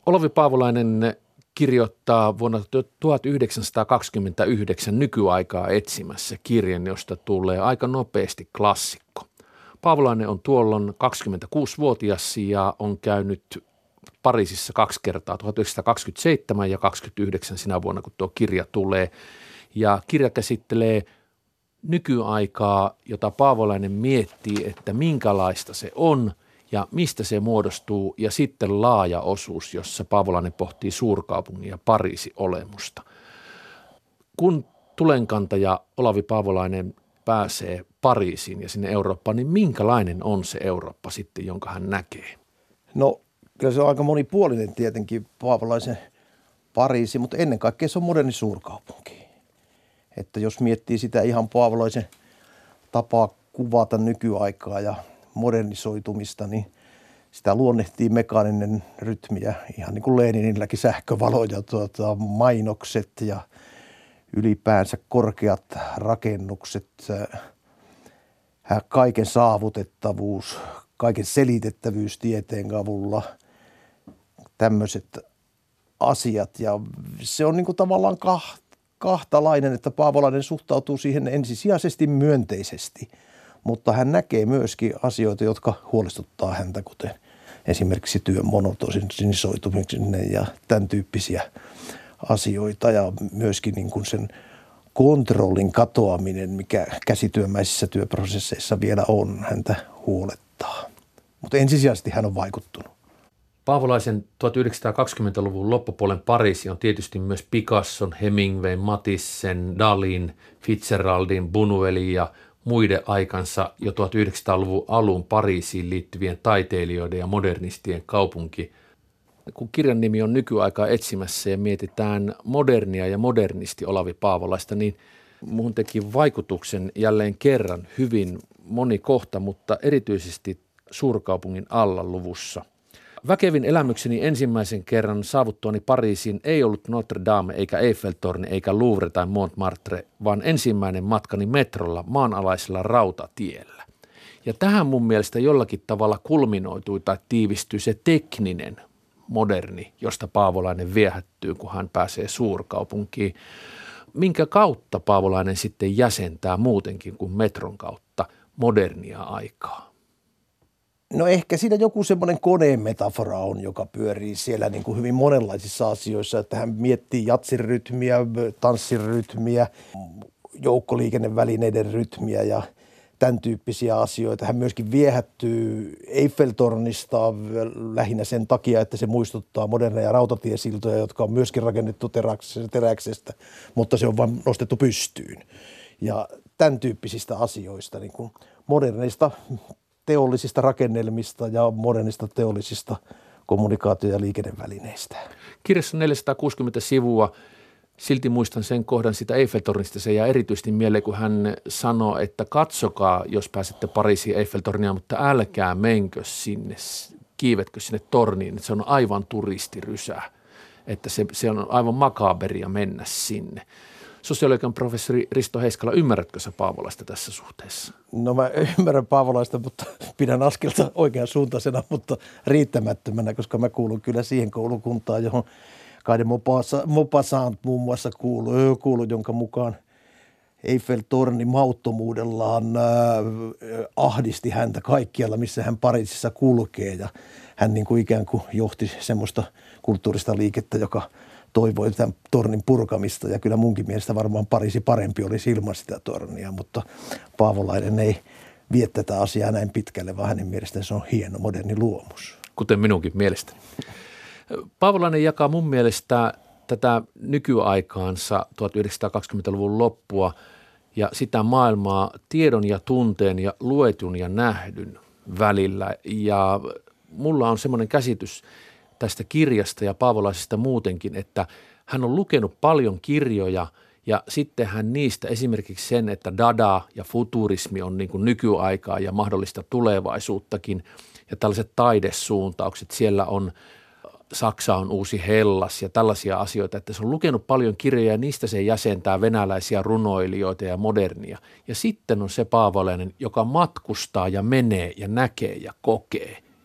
Olavi Paavolainen kirjoittaa vuonna 1929 Nykyaikaa etsimässä kirjan, josta tulee aika nopeasti klassikko. Paavolainen on tuolloin 26-vuotias ja on käynyt Pariisissa 2 kertaa, 1927 ja 1929 sinä vuonna, kun tuo kirja tulee. Ja kirja käsittelee nykyaikaa, jota Paavolainen miettii, että minkälaista se on ja mistä se muodostuu, ja sitten laaja osuus, jossa Paavolainen pohtii suurkaupungin ja Pariisin olemusta. Kun tulenkantaja Olavi Paavolainen pääsee Pariisiin ja sinne Eurooppaan, niin minkälainen on se Eurooppa sitten, jonka hän näkee? No kyllä se on aika monipuolinen tietenkin Paavolaisen Pariisi, mutta ennen kaikkea se on moderni suurkaupunki. Että jos miettii sitä ihan Paavolaisen tapaa kuvata nykyaikaa ja modernisoitumista, niin sitä luonnehtii mekaaninen rytmi ja ihan niin kuin Leninilläkin sähkövalo ja mainokset ja ylipäänsä korkeat rakennukset, kaiken saavutettavuus, kaiken selitettävyys tieteen avulla, tämmöiset asiat. Ja se on niin kuin tavallaan kahtalainen, että Paavolainen suhtautuu siihen ensisijaisesti myönteisesti, mutta hän näkee myöskin asioita, jotka huolestuttaa häntä, kuten esimerkiksi työn monotonisoituminen ja tämän tyyppisiä asioita ja myöskin niin kuin sen kontrollin katoaminen, mikä käsityömäisissä työprosesseissa vielä on, häntä huolettaa. Mutta ensisijaisesti hän on vaikuttunut. Paavolaisen 1920-luvun loppupuolen Pariisi on tietysti myös Picasson, Hemingwayn, Matissen, Dalin, Fitzgeraldin, Buñuelin ja muiden aikansa jo 1900-luvun alun Pariisiin liittyvien taiteilijoiden ja modernistien kaupunki. Kun kirjan nimi on Nykyaikaa etsimässä ja mietitään modernia ja modernisti Olavi Paavolaista, niin muun teki vaikutuksen jälleen kerran hyvin moni kohta, mutta erityisesti suurkaupungin alla luvussa. Väkevin elämykseni ensimmäisen kerran saavuttuani Pariisiin ei ollut Notre Dame eikä Eiffeltorni eikä Louvre tai Montmartre, vaan ensimmäinen matkani metrolla maanalaisella rautatiellä. Ja tähän mun mielestä jollakin tavalla kulminoitui tai tiivistyi se tekninen moderni, josta Paavolainen viehättyy, kun hän pääsee suurkaupunkiin. Minkä kautta Paavolainen sitten jäsentää muutenkin kuin metron kautta modernia aikaa? No ehkä siinä joku semmoinen koneen metafora on, joka pyörii siellä niin kuin hyvin monenlaisissa asioissa, että hän miettii jatsin rytmiä, tanssin rytmiä, joukkoliikennevälineiden rytmiä ja tämän tyyppisiä asioita. Hän myöskin viehättyy Eiffeltornista lähinnä sen takia, että se muistuttaa moderneja rautatiesiltoja, jotka on myöskin rakennettu teräksestä, mutta se on vain nostettu pystyyn. Ja tämän tyyppisistä asioista, niin kuin moderneista teollisista rakennelmista ja modernista teollisista kommunikaatio- ja liikennevälineistä. Kirjassa on 460 sivua. Silti muistan sen kohdan sitä Eiffeltornista. Se jää erityisesti mieleen, kun hän sanoo, että katsokaa, jos pääsette Pariisiin Eiffeltornia, mutta älkää menkö sinne, kiivetkö sinne torniin. Että se on aivan turistirysä, että se on aivan makaberia mennä sinne. Sosiologian professori Risto Heiskala, ymmärrätkö sä Paavolaista tässä suhteessa? No mä ymmärrän Paavolaista, mutta pidän askelta oikean suuntaisena, mutta riittämättömänä, koska mä kuulun kyllä siihen koulukuntaan, johon Kai de Maupassant muun muassa kuuluu, jonka mukaan Eiffeltorni mauttomuudellaan ahdisti häntä kaikkialla, missä hän Pariisissa kulkee. Ja hän niin kuin ikään kuin johti semmoista kulttuurista liikettä, joka toivoi tämän tornin purkamista. Ja kyllä munkin mielestä varmaan Pariisi parempi olisi ilman sitä tornia, mutta Paavolainen ei vie tätä asiaa näin pitkälle, vaan hänen mielestään se on hieno moderni luomus. Kuten minunkin mielestäni. Paavolainen jakaa mun mielestä tätä nykyaikaansa 1920-luvun loppua ja sitä maailmaa tiedon ja tunteen ja luetun ja nähdyn välillä. Ja mulla on semmoinen käsitys tästä kirjasta ja Paavolaisesta muutenkin, että hän on lukenut paljon kirjoja ja sitten hän niistä esimerkiksi sen, että dada ja futurismi on niin kuin nykyaikaa ja mahdollista tulevaisuuttakin ja tällaiset taidesuuntaukset, siellä on Saksa on uusi Hellas ja tällaisia asioita, että se on lukenut paljon kirjoja ja niistä se jäsentää venäläisiä runoilijoita ja modernia. Ja sitten on se Paavolainen, joka matkustaa ja menee ja näkee ja kokee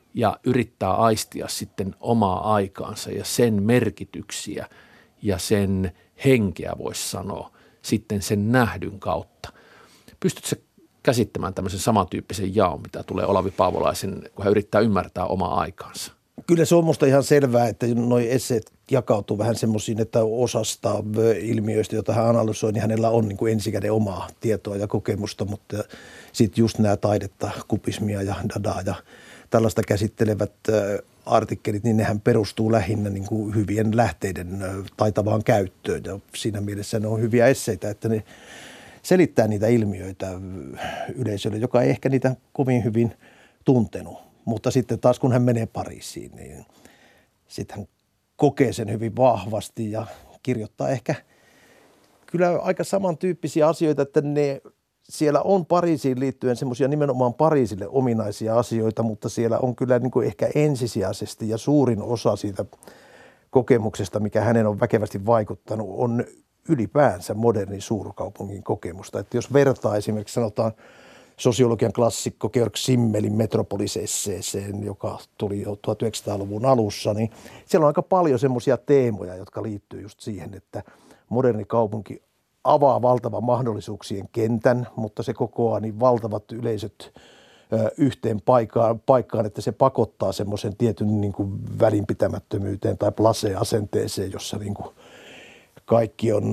ja yrittää aistia sitten omaa aikaansa ja sen merkityksiä ja sen henkeä, voisi sanoa, sitten sen nähdyn kautta. Pystytkö käsittämään tämmöisen samantyyppisen jaon, mitä tulee Olavi Paavolaisen, kun hän yrittää ymmärtää omaa aikaansa? Kyllä se on musta ihan selvää, että nuo esseet jakautuu vähän semmoisiin, että osasta ilmiöistä, joita hän analysoi, niin hänellä on niin kuin ensikäden omaa tietoa ja kokemusta, mutta sitten just nämä taidetta, kubismia ja dadaa ja tällaista käsittelevät artikkelit, niin nehän perustuu lähinnä niin kuin hyvien lähteiden taitavaan käyttöön ja siinä mielessä ne on hyviä esseitä, että ne selittää niitä ilmiöitä yleisölle, joka ei ehkä niitä kovin hyvin tuntenut. Mutta sitten taas kun hän menee Pariisiin, niin sitten hän kokee sen hyvin vahvasti ja kirjoittaa ehkä kyllä aika samantyyppisiä asioita, että ne siellä on Pariisiin liittyen semmoisia nimenomaan Pariisille ominaisia asioita, mutta siellä on kyllä niin kuin ehkä ensisijaisesti ja suurin osa siitä kokemuksesta, mikä hänen on väkevästi vaikuttanut, on ylipäänsä modernin suurkaupungin kokemusta. Että jos vertaa esimerkiksi sanotaan sosiologian klassikko Georg Simmelin Metropolis-esseeseen, joka tuli jo 1900-luvun alussa, niin siellä on aika paljon semmoisia teemoja, jotka liittyy just siihen, että moderni kaupunki avaa valtavan mahdollisuuksien kentän, mutta se kokoaa niin valtavat yleisöt yhteen paikkaan, että se pakottaa semmoisen tietyn niin kuin välinpitämättömyyteen tai blasé-asenteeseen, jossa niin kuin kaikki on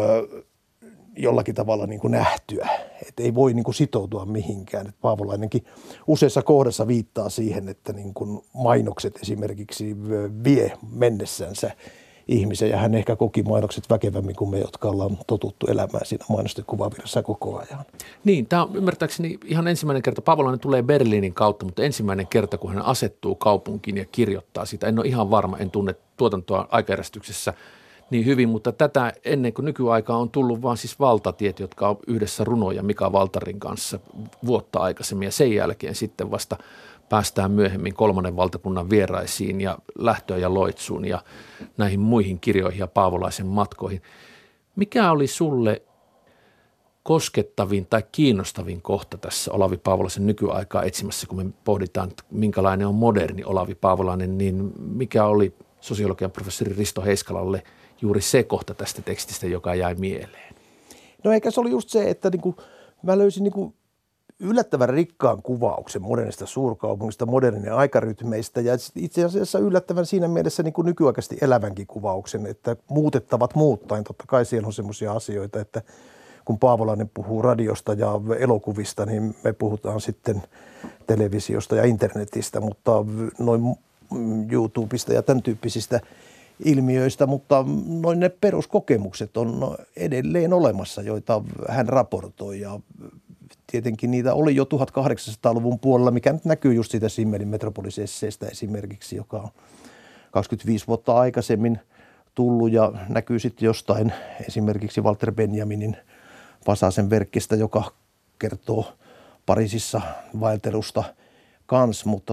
jollakin tavalla niin kuin nähtyä, että ei voi niin kuin sitoutua mihinkään. Et Paavolainenkin useassa kohdassa viittaa siihen, että niin kuin mainokset esimerkiksi vie mennessänsä ihmisen, ja hän ehkä koki mainokset väkevämmin kuin me, jotka ollaan totuttu elämään siinä mainosten kuvavirrassa koko ajan. Niin, tämä on ymmärtääkseni ihan ensimmäinen kerta. Paavolainen tulee Berliinin kautta, mutta ensimmäinen kerta, kun hän asettuu kaupunkiin ja kirjoittaa sitä. En ole ihan varma, en tunne tuotantoa aikajärjestyksessä niin hyvin, mutta tätä ennen kuin nykyaikaa on tullut vaan siis valtatiet, jotka on yhdessä runoja Mika Valtarin kanssa vuotta aikaisemmin, ja sen jälkeen sitten vasta päästään myöhemmin kolmannen valtakunnan vieraisiin ja lähtöön ja loitsuun ja näihin muihin kirjoihin ja Paavolaisen matkoihin. Mikä oli sulle koskettavin tai kiinnostavin kohta tässä Olavi Paavolaisen nykyaikaa etsimässä, kun me pohditaan, että minkälainen on moderni Olavi Paavolainen, niin mikä oli sosiologian professori Risto Heiskalalle juuri se kohta tästä tekstistä, joka jäi mieleen? No eikä se oli just se, että niinku, mä löysin niinku yllättävän rikkaan kuvauksen modernista suurkaupungista, modernin aikarytmeistä ja itse asiassa yllättävän siinä mielessä niin kuin nykyaikaisesti elävänkin kuvauksen, että muutettavat muuttaen. Totta kai siellä on semmoisia asioita, että kun Paavolainen puhuu radiosta ja elokuvista, niin me puhutaan sitten televisiosta ja internetistä, mutta noin YouTubesta ja tämän tyyppisistä ilmiöistä, mutta noin ne peruskokemukset on edelleen olemassa, joita hän raportoi ja tietenkin niitä oli jo 1800-luvun puolella, mikä nyt näkyy just siitä Simmelin Metropolis-esseestä esimerkiksi, joka on 25 vuotta aikaisemmin tullut ja näkyy sitten jostain esimerkiksi Walter Benjaminin Vasasen verkkistä, joka kertoo Pariisissa vaeltelusta kans, mutta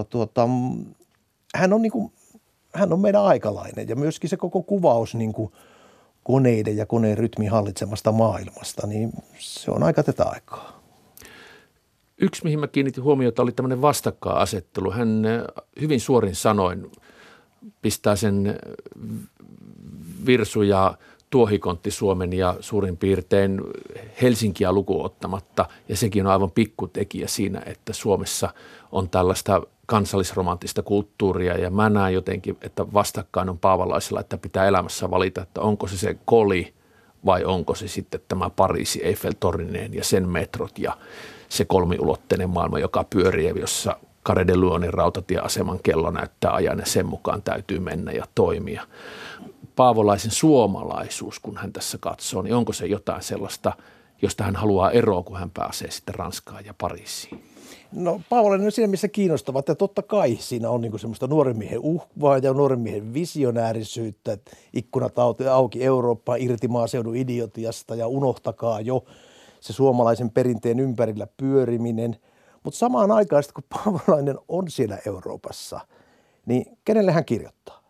hän on meidän aikalainen ja myöskin se koko kuvaus niin kuin koneiden ja koneen rytmin hallitsemasta maailmasta, niin se on aika tätä aikaa. Yksi, mihin mä kiinnitin huomiota, oli tämmöinen vastakkainasettelu. Hän hyvin suorin sanoin pistää sen Virsu ja Tuohikontti Suomen ja suurin piirtein Helsinkiä lukuun ottamatta. Ja sekin on aivan pikkutekijä siinä, että Suomessa on tällaista kansallisromanttista kulttuuria. Ja mä näen jotenkin, että vastakkain on paavalaisilla, että pitää elämässä valita, että onko se koli vai onko se sitten tämä Pariisi Eiffel-tornineen ja sen metrot ja se kolmiulotteinen maailma, joka pyörii, jossa Carré de Lyonin rautatieaseman kello näyttää ajan ja sen mukaan täytyy mennä ja toimia. Paavolaisen suomalaisuus, kun hän tässä katsoo, niin onko se jotain sellaista, josta hän haluaa eroa, kun hän pääsee sitten Ranskaan ja Pariisiin? No Paavolainen on siinä missä kiinnostavaa, että totta kai siinä on niinku semmoista nuoren miehen uhvaa ja nuoren miehen visionäärisyyttä, että ikkunat auki Eurooppaan irti maaseudun idiotiasta ja unohtakaa jo se suomalaisen perinteen ympärillä pyöriminen. Mutta samaan aikaan, kun Paavolainen on siellä Euroopassa, niin kenelle hän kirjoittaa?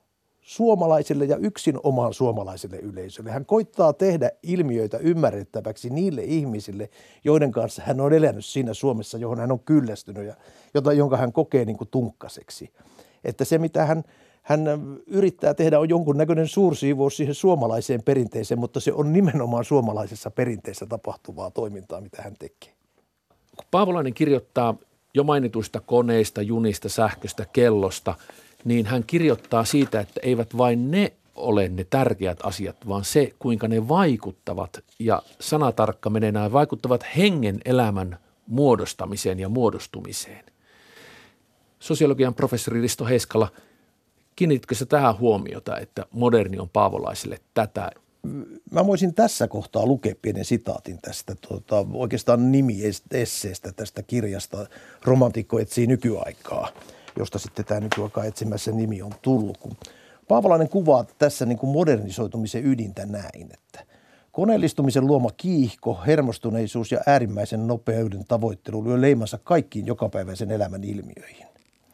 suomalaisille ja yksin omaan suomalaiselle yleisölle. Hän koittaa tehdä ilmiöitä ymmärrettäväksi niille ihmisille, joiden kanssa hän on elänyt siinä Suomessa, johon hän on kyllästynyt ja jonka hän kokee niin kuin tunkkaseksi. Että se, mitä hän yrittää tehdä, on jonkunnäköinen suursiivous siihen suomalaiseen perinteeseen, mutta se on nimenomaan suomalaisessa perinteessä tapahtuvaa toimintaa, mitä hän tekee. Kun Paavolainen kirjoittaa jo mainituista koneista, junista, sähköstä, kellosta, niin hän kirjoittaa siitä, että eivät vain ne ole ne tärkeät asiat, vaan se, kuinka ne vaikuttavat, ja sanatarkka menee näin, vaikuttavat hengen elämän muodostamiseen ja muodostumiseen. Sosiologian professori Risto Heiskala, kiinnitkö sä tähän huomiota, että moderni on Paavolaiselle tätä? Mä voisin tässä kohtaa lukea pienen sitaatin tästä oikeastaan nimi-esseestä tästä kirjasta Romantikko etsii nykyaikaa, josta sitten tämä nykyaika etsimässä nimi on tullut. Kun Paavolainen kuvaa tässä niin kuin modernisoitumisen ydintä näin, että koneellistumisen luoma kiihko, hermostuneisuus ja äärimmäisen nopeuden tavoittelu lyö leimansa kaikkiin jokapäiväisen elämän ilmiöihin.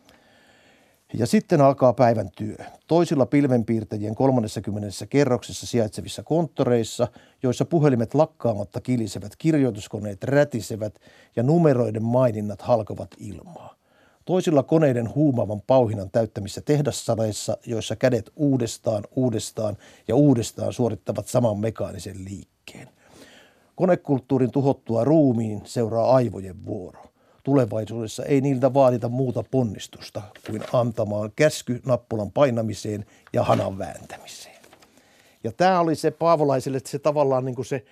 Ja sitten alkaa päivän työ. Toisilla pilvenpiirtäjien 30. kerroksessa sijaitsevissa konttoreissa, joissa puhelimet lakkaamatta kilisevät, kirjoituskoneet rätisevät ja numeroiden maininnat halkovat ilmaa. Toisilla koneiden huumavan pauhinan täyttämissä tehdassaleissa, joissa kädet uudestaan ja uudestaan suorittavat saman mekaanisen liikkeen. Konekulttuurin tuhottua ruumiin seuraa aivojen vuoro. Tulevaisuudessa ei niiltä vaadita muuta ponnistusta kuin antamaan käsky nappulan painamiseen ja hanan vääntämiseen. Ja tämä oli se Paavolaiselle se tavallaan niin kuin se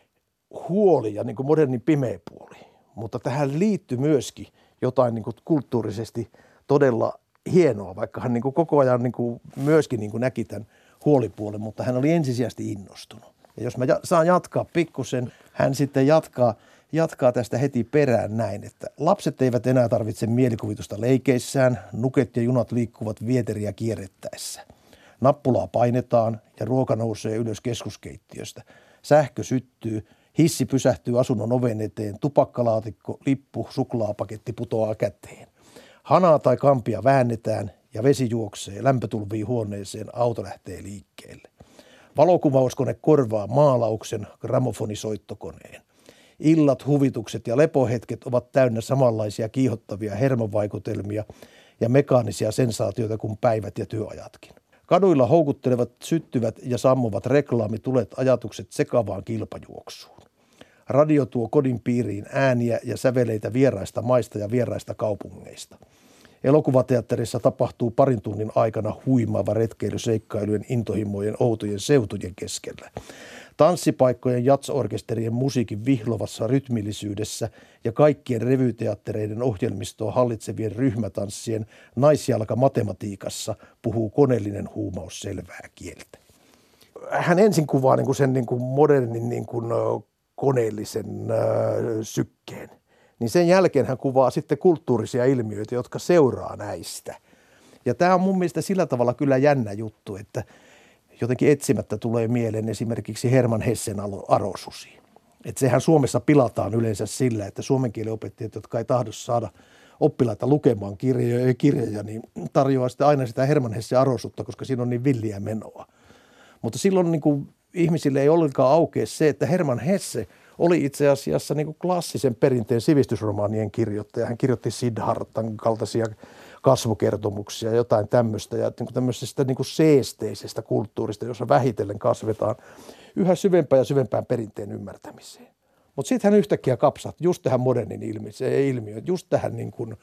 huoli ja niin kuin modernin pimeä puoli. Mutta tähän liittyi myöskin jotain niin kuin kulttuurisesti todella hienoa, vaikka hän niin kuin koko ajan niin kuin myöskin niin kuin näki tämän huolipuolen, mutta hän oli ensisijaisesti innostunut. Ja jos mä saan jatkaa pikkusen, hän sitten jatkaa tästä heti perään näin, että lapset eivät enää tarvitse mielikuvitusta leikeissään, nuket ja junat liikkuvat vieteriä kierrettäessä. Nappulaa painetaan ja ruoka nousee ylös keskuskeittiöstä. Sähkö syttyy, hissi pysähtyy asunnon oven eteen, tupakkalaatikko, lippu, suklaapaketti putoaa käteen. Hanaa tai kampia väännetään ja vesi juoksee, lämpö tulvii huoneeseen, auto lähtee liikkeelle. Valokuvauskone korvaa maalauksen, gramofonisoittokoneen. Illat, huvitukset ja lepohetket ovat täynnä samanlaisia kiihottavia hermovaikutelmia ja mekaanisia sensaatioita kuin päivät ja työajatkin. Kaduilla houkuttelevat, syttyvät ja sammuvat reklaamitulet ajatukset sekavaan kilpajuoksuun. Radio tuo kodin piiriin ääniä ja säveleitä vieraista maista ja vieraista kaupungeista. Elokuvateatterissa tapahtuu parin tunnin aikana huimaava retkeily seikkailujen, intohimojen, outojen seutujen keskellä. Tanssipaikkojen jatsorkesterien musiikin vihlovassa rytmillisyydessä ja kaikkien revyteattereiden ohjelmistoa hallitsevien ryhmätanssien naisjalkamatematiikassa puhuu koneellinen huumaus selvää kieltä. Hän ensin kuvaa niin kuin sen niin kuin modernin niin kuin koneellisen sykkeen. Niin sen jälkeen hän kuvaa sitten kulttuurisia ilmiöitä, jotka seuraa näistä. Ja tämä on mun mielestä sillä tavalla kyllä jännä juttu, että jotenkin etsimättä tulee mieleen esimerkiksi Herman Hessen Arosusi. Että sehän Suomessa pilataan yleensä sillä, että suomen kielen opettajat, jotka ei tahdo saada oppilaita lukemaan kirjoja, niin tarjoaa sitten aina sitä Herman Hessen Arosutta, koska siinä on niin villiä menoa. Mutta silloin niin kuin ihmisille ei ollenkaan aukea se, että Herman Hesse oli itse asiassa niin kuin klassisen perinteen sivistysromaanien kirjoittaja. Hän kirjoitti Siddhartan kaltaisia kasvukertomuksia, jotain tämmöistä ja niin tämmöisestä niin kuin seesteisestä kulttuurista, jossa vähitellen kasvetaan yhä syvempään ja syvempään perinteen ymmärtämiseen. Mutta sitten hän yhtäkkiä kapsahti just tähän modernin ilmiöön, just tähän niin kuin,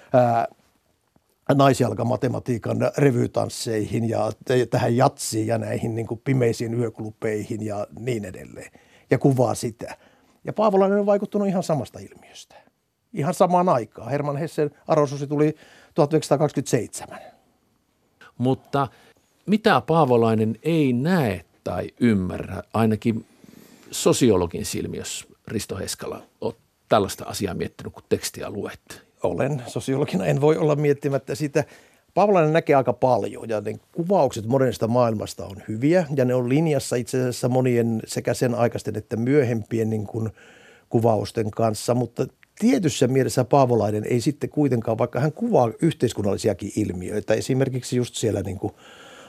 naisjalkamatematiikan revytansseihin ja tähän jatsiin ja näihin niin kuin pimeisiin yöklubeihin ja niin edelleen. Ja kuvaa sitä. Ja Paavolainen on vaikuttunut ihan samasta ilmiöstä. Ihan samaan aikaan. Herman Hessen Arosusi tuli 1927. Mutta mitä Paavolainen ei näe tai ymmärrä, ainakin sosiologin silmi, jos Risto Heiskala olet tällaista asiaa miettinyt, kun tekstiä luet? Olen sosiologina, en voi olla miettimättä sitä. Paavolainen näkee aika paljon ja ne kuvaukset modernista maailmasta on hyviä ja ne on linjassa itse asiassa monien sekä sen aikaisten että myöhempien niin kuin kuvausten kanssa, mutta tietyssä mielessä Paavolainen ei sitten kuitenkaan, vaikka hän kuvaa yhteiskunnallisiakin ilmiöitä, esimerkiksi just siellä niin kuin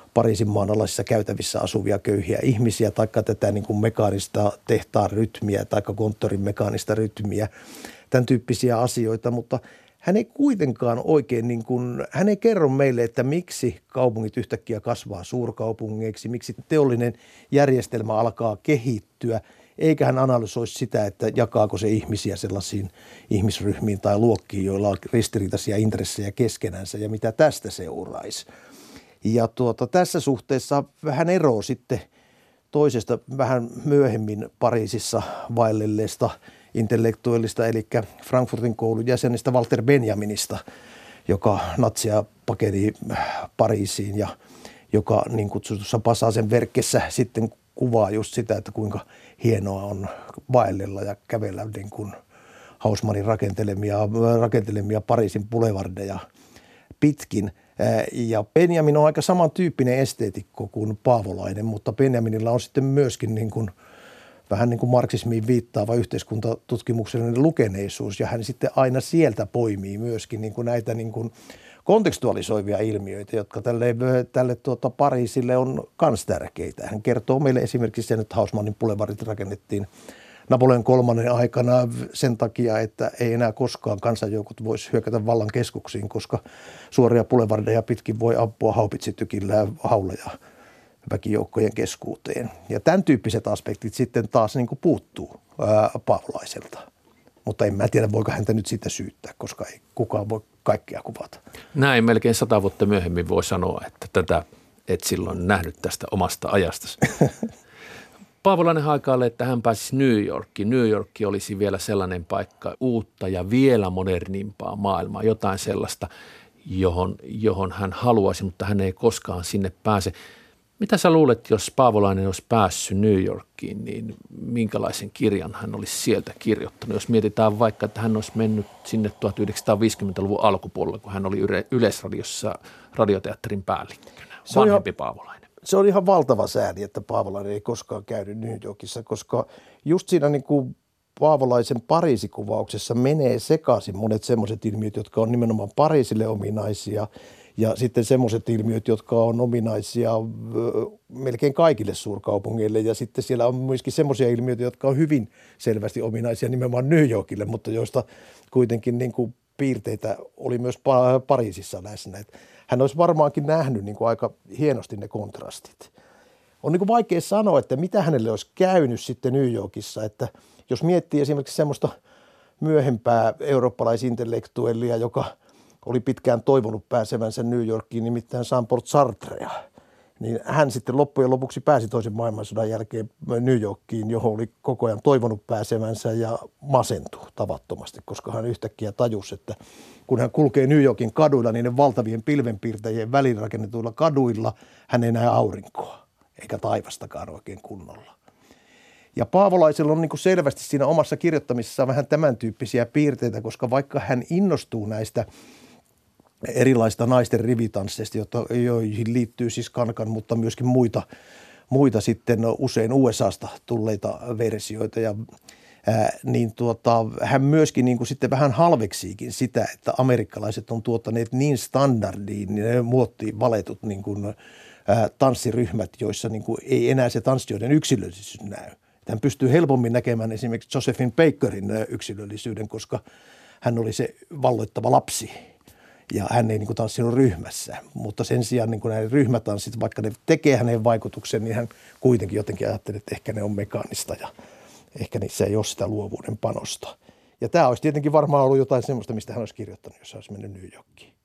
Pariisin maanalaisissa käytävissä asuvia köyhiä ihmisiä, taikka tätä niin kuin mekaanista tehtaan rytmiä, taikka konttorin mekaanista rytmiä, tämän tyyppisiä asioita, mutta hän ei kuitenkaan oikein, niin kuin, hän ei kerro meille, että miksi kaupungit yhtäkkiä kasvaa suurkaupungeiksi, miksi teollinen järjestelmä alkaa kehittyä, eikä hän analysoi sitä, että jakaako se ihmisiä sellaisiin ihmisryhmiin tai luokkiin, joilla on ristiriitaisia intressejä keskenänsä ja mitä tästä seuraisi. Ja tässä suhteessa hän eroaa sitten toisesta vähän myöhemmin Pariisissa vaellelleesta intellektuellista, eli Frankfurtin koulun jäsenestä Walter Benjaminista, joka natsia pakeni Pariisiin ja joka niin kutsutussa Passagen verkessä sitten kuvaa just sitä, että kuinka hienoa on vaellella ja kävellä niin kuin Haussmannin rakentelemia Pariisin boulevardeja pitkin. Ja Benjamin on aika samantyyppinen esteetikko kuin Paavolainen, mutta Benjaminilla on sitten myöskin niin kuin, vähän niin kuin marksismiin viittaava yhteiskuntatutkimuksellinen lukeneisuus, ja hän sitten aina sieltä poimii myöskin niin kuin näitä niin kuin kontekstualisoivia ilmiöitä, jotka tälle Pariisille on myös tärkeitä. Hän kertoo meille esimerkiksi sen, että Haussmannin boulevardit rakennettiin Napoleon III aikana sen takia, että ei enää koskaan kansanjoukot voisi hyökätä vallan keskuksiin, koska suoria boulevardeja pitkin voi ampua haupitsitykillä ja hauleja väkijoukkojen keskuuteen. Ja tämän tyyppiset aspektit sitten taas niin kuin puuttuu Paavolaiselta. Mutta en mä tiedä, voiko häntä nyt siitä syyttää, koska ei kukaan voi kaikkea kuvata. Näin melkein 100 vuotta myöhemmin voi sanoa, että tätä et silloin nähnyt tästä omasta ajastasi. Paavolainen haikailee, että hän pääsisi New Yorkiin. New York olisi vielä sellainen paikka, uutta ja vielä modernimpaa maailmaa, jotain sellaista, johon hän haluaisi, mutta hän ei koskaan sinne pääse. Mitä sä luulet, jos Paavolainen olisi päässyt New Yorkiin, niin minkälaisen kirjan hän olisi sieltä kirjoittanut? Jos mietitään vaikka, että hän olisi mennyt sinne 1950-luvun alkupuolella, kun hän oli Yleisradiossa radioteatterin päällikkönä, vanhempi Paavolainen. Se on ihan valtava sääli, että Paavolainen ei koskaan käynyt New Yorkissa, koska just siinä niin kuin Paavolaisen Pariisikuvauksessa menee sekaisin monet semmoiset ilmiöt, jotka on nimenomaan Pariisille ominaisia, ja sitten semmoiset ilmiöt, jotka on ominaisia melkein kaikille suurkaupungeille, ja sitten siellä on myöskin semmoisia ilmiöitä, jotka on hyvin selvästi ominaisia nimenomaan New Yorkille, mutta joista kuitenkin niin kuin piirteitä oli myös Pariisissa läsnä. Hän olisi varmaankin nähnyt niin kuin aika hienosti ne kontrastit. On niin kuin vaikea sanoa, että mitä hänelle olisi käynyt sitten New Yorkissa, että jos miettii esimerkiksi semmoista myöhempää eurooppalaisintellektuellia, joka oli pitkään toivonut pääsevänsä New Yorkiin, nimittäin Jean-Paul Sartrea, niin hän sitten loppujen lopuksi pääsi toisen maailmansodan jälkeen New Yorkiin, johon oli koko ajan toivonut pääsevänsä ja masentui tavattomasti, koska hän yhtäkkiä tajusi, että kun hän kulkee New Yorkin kaduilla, niin ne valtavien pilvenpiirtäjien väliin rakennetuilla kaduilla hän ei näe aurinkoa, eikä taivastakaan oikein kunnolla. Ja Paavolaisella on niin kuin selvästi siinä omassa kirjoittamisessaan vähän tämän tyyppisiä piirteitä, koska vaikka hän innostuu näistä erilaista naisten rivitansseista, joihin liittyy siis Kankan, mutta myöskin muita sitten usein USAsta tulleita versioita. Ja, hän myöskin niin kuin sitten vähän halveksiikin sitä, että amerikkalaiset on tuottaneet niin standardiin, niin ne muottiin valetut niin kuin, tanssiryhmät, joissa niin kuin ei enää se tanssijoiden yksilöllisyys näy. Hän pystyy helpommin näkemään esimerkiksi Josephine Bakerin yksilöllisyyden, koska hän oli se valloittava lapsi. Ja hän ei niin kuin tanssinut ryhmässä, mutta sen sijaan niin kuin nämä ryhmätanssit, vaikka ne tekee hänen vaikutuksen, niin hän kuitenkin jotenkin ajattelee, että ehkä ne on mekaanista ja ehkä niissä ei ole sitä luovuuden panosta. Ja tämä olisi tietenkin varmaan ollut jotain semmoista, mistä hän olisi kirjoittanut, jos hän olisi mennyt New Yorkiin.